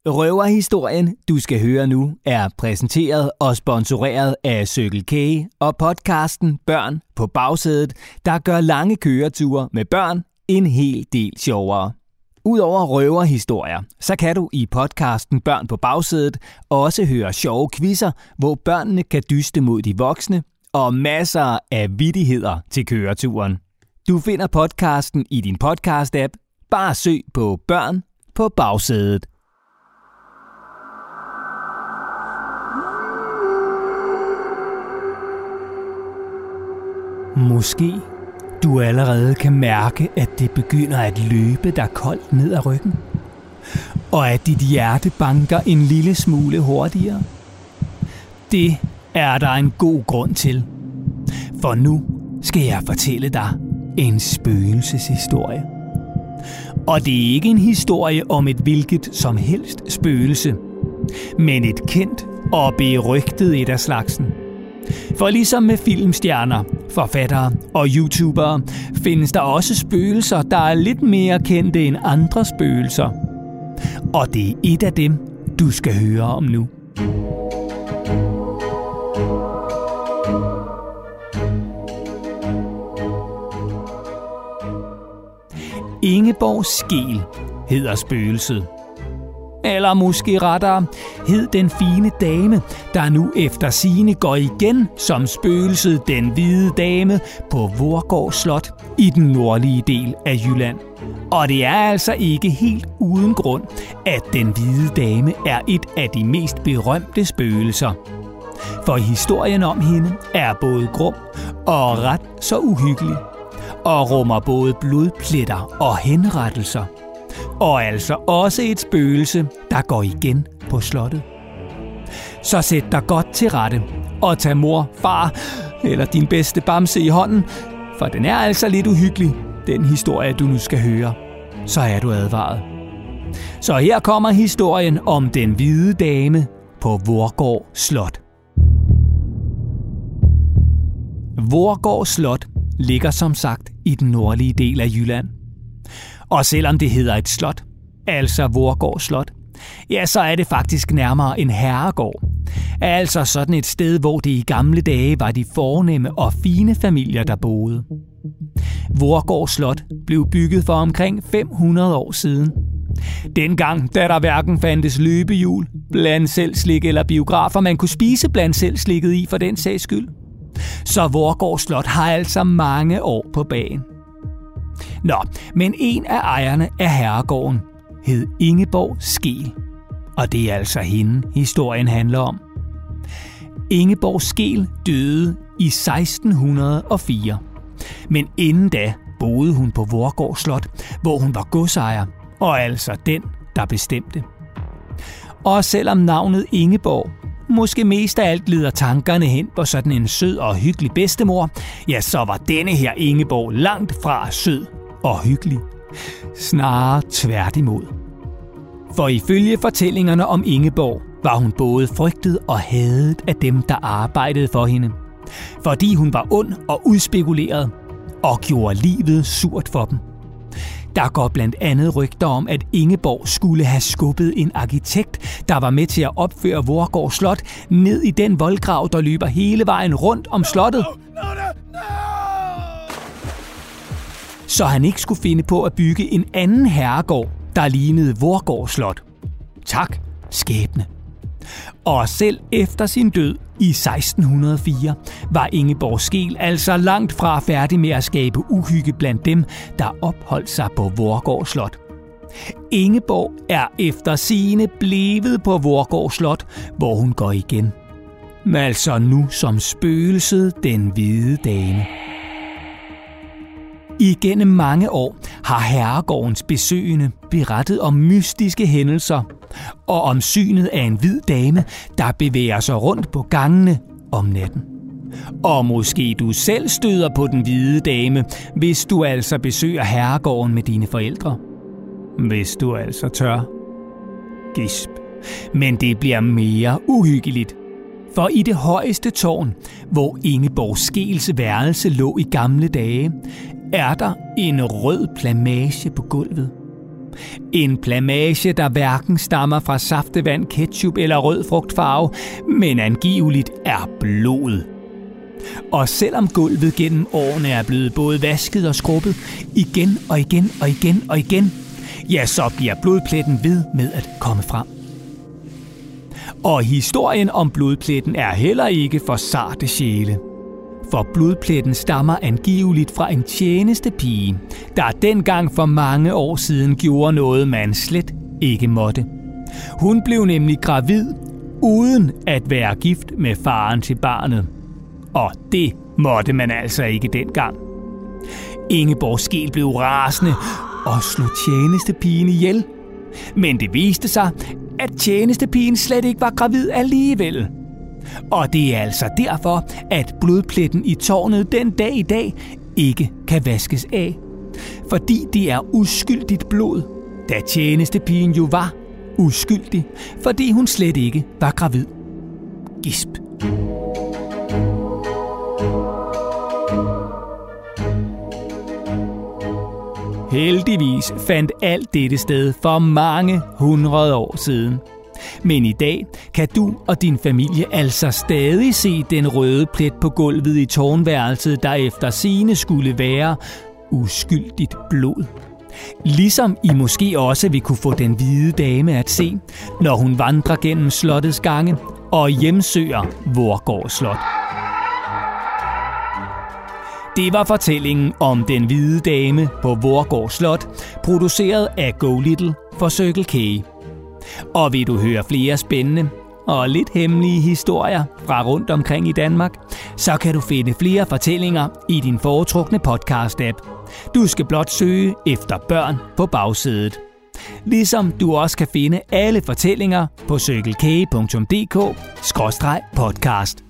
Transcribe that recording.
Røverhistorien, du skal høre nu, er præsenteret og sponsoreret af Circle K og podcasten Børn på bagsædet, der gør lange køreture med børn en hel del sjovere. Udover røverhistorier, så kan du i podcasten Børn på bagsædet også høre sjove quizzer, hvor børnene kan dyste mod de voksne, og masser af vittigheder til køreturen. Du finder podcasten i din podcast-app. Bare søg på Børn på bagsædet. Måske du allerede kan mærke, at det begynder at løbe dig koldt ned ad ryggen, og at dit hjerte banker en lille smule hurtigere. Det er der en god grund til, for nu skal jeg fortælle dig en spøgelseshistorie. Og det er ikke en historie om et hvilket som helst spøgelse, men et kendt og berygtet et af slagsen. For ligesom med filmstjerner, forfattere og YouTubere, findes der også spøgelser, der er lidt mere kendte end andre spøgelser. Og det er et af dem, du skal høre om nu. Ingeborg Skeel hedder spøgelset. Eller måske rettere, hed den fine dame, der nu efter sigende går igen som spøgelset den hvide dame på Vorgård Slot i den nordlige del af Jylland. Og det er altså ikke helt uden grund, at den hvide dame er et af de mest berømte spøgelser. For historien om hende er både grum og ret så uhyggelig, og rummer både blodpletter og henrettelser. Og altså også et spøgelse, der går igen på slottet. Så sæt dig godt til rette og tag mor, far eller din bedste bamse i hånden, for den er altså lidt uhyggelig, den historie du nu skal høre. Så er du advaret. Så her kommer historien om den hvide dame på Vorgård Slot. Vorgård Slot ligger som sagt i den nordlige del af Jylland. Og selvom det hedder et slot, altså Vorgård Slot, ja, så er det faktisk nærmere en herregård. Altså sådan et sted, hvor det i gamle dage var de fornemme og fine familier, der boede. Vorgård Slot blev bygget for omkring 500 år siden. Dengang, da der hverken fandtes løbehjul, blandt selv slik eller biografer, man kunne spise blandt selv slikket i for den sags skyld. Så Vorgård Slot har altså mange år på bagen. Nå, men en af ejerne af herregården hed Ingeborg Skeel. Og det er altså hende, historien handler om. Ingeborg Skeel døde i 1604. Men inden da boede hun på Vorgård Slot, hvor hun var godsejer, og altså den, der bestemte. Og selvom navnet Ingeborg måske mest af alt leder tankerne hen på sådan en sød og hyggelig bedstemor, ja, så var denne her Ingeborg langt fra sød og hyggelig. Snarere tværtimod. For ifølge fortællingerne om Ingeborg var hun både frygtet og hadet af dem, der arbejdede for hende. Fordi hun var ond og udspekuleret og gjorde livet surt for dem. Der går blandt andet rygter om, at Ingeborg skulle have skubbet en arkitekt, der var med til at opføre Vorgård Slot, ned i den voldgrav, der løber hele vejen rundt om slottet. Så han ikke skulle finde på at bygge en anden herregård, der lignede Vorgård Slot. Tak, skæbne. Og selv efter sin død i 1604 var Ingeborg Skeel altså langt fra færdig med at skabe uhygge blandt dem, der opholdt sig på Vorgård Slot. Ingeborg er efter sigende blevet på Vorgård Slot, hvor hun går igen. Men altså nu som spøgelset den hvide dame. Igennem mange år har herregårdens besøgende berettet om mystiske hændelser og om synet af en hvid dame, der bevæger sig rundt på gangene om natten. Og måske du selv støder på den hvide dame, hvis du altså besøger herregården med dine forældre. Hvis du altså tør. Gisp. Men det bliver mere uhyggeligt. For i det højeste tårn, hvor Ingeborg Skeels værelse lå i gamle dage, er der en rød plamage på gulvet. En blamage, der hverken stammer fra saftevand, ketchup eller rød frugtfarve, men angiveligt er blod. Og selvom gulvet gennem årene er blevet både vasket og skrubbet igen og igen og igen og igen, ja, så bliver blodpletten ved med at komme frem. Og historien om blodpletten er heller ikke for sarte sjæle. For blodpletten stammer angiveligt fra en tjenestepige, der dengang for mange år siden gjorde noget, man slet ikke måtte. Hun blev nemlig gravid, uden at være gift med faren til barnet. Og det måtte man altså ikke dengang. Ingeborg Skeel blev rasende og slog tjenestepigen ihjel. Men det viste sig, at tjenestepigen slet ikke var gravid alligevel. Og det er altså derfor, at blodpletten i tårnet den dag i dag ikke kan vaskes af. Fordi det er uskyldigt blod, da tjenestepigen jo var uskyldig, fordi hun slet ikke var gravid. Gisp. Heldigvis fandt alt dette sted for mange hundrede år siden. Men i dag kan du og din familie altså stadig se den røde plet på gulvet i tårnværelset, der efter sigende skulle være uskyldigt blod. Ligesom I måske også vil kunne få den hvide dame at se, når hun vandrer gennem slottets gange og hjemsøger Vorgård Slot. Det var fortællingen om den hvide dame på Vorgård Slot, produceret af Go Little for Circle K. Og vil du høre flere spændende og lidt hemmelige historier fra rundt omkring i Danmark, så kan du finde flere fortællinger i din foretrukne podcast-app. Du skal blot søge efter børn på bagsædet. Ligesom du også kan finde alle fortællinger på circlek.dk/podcast.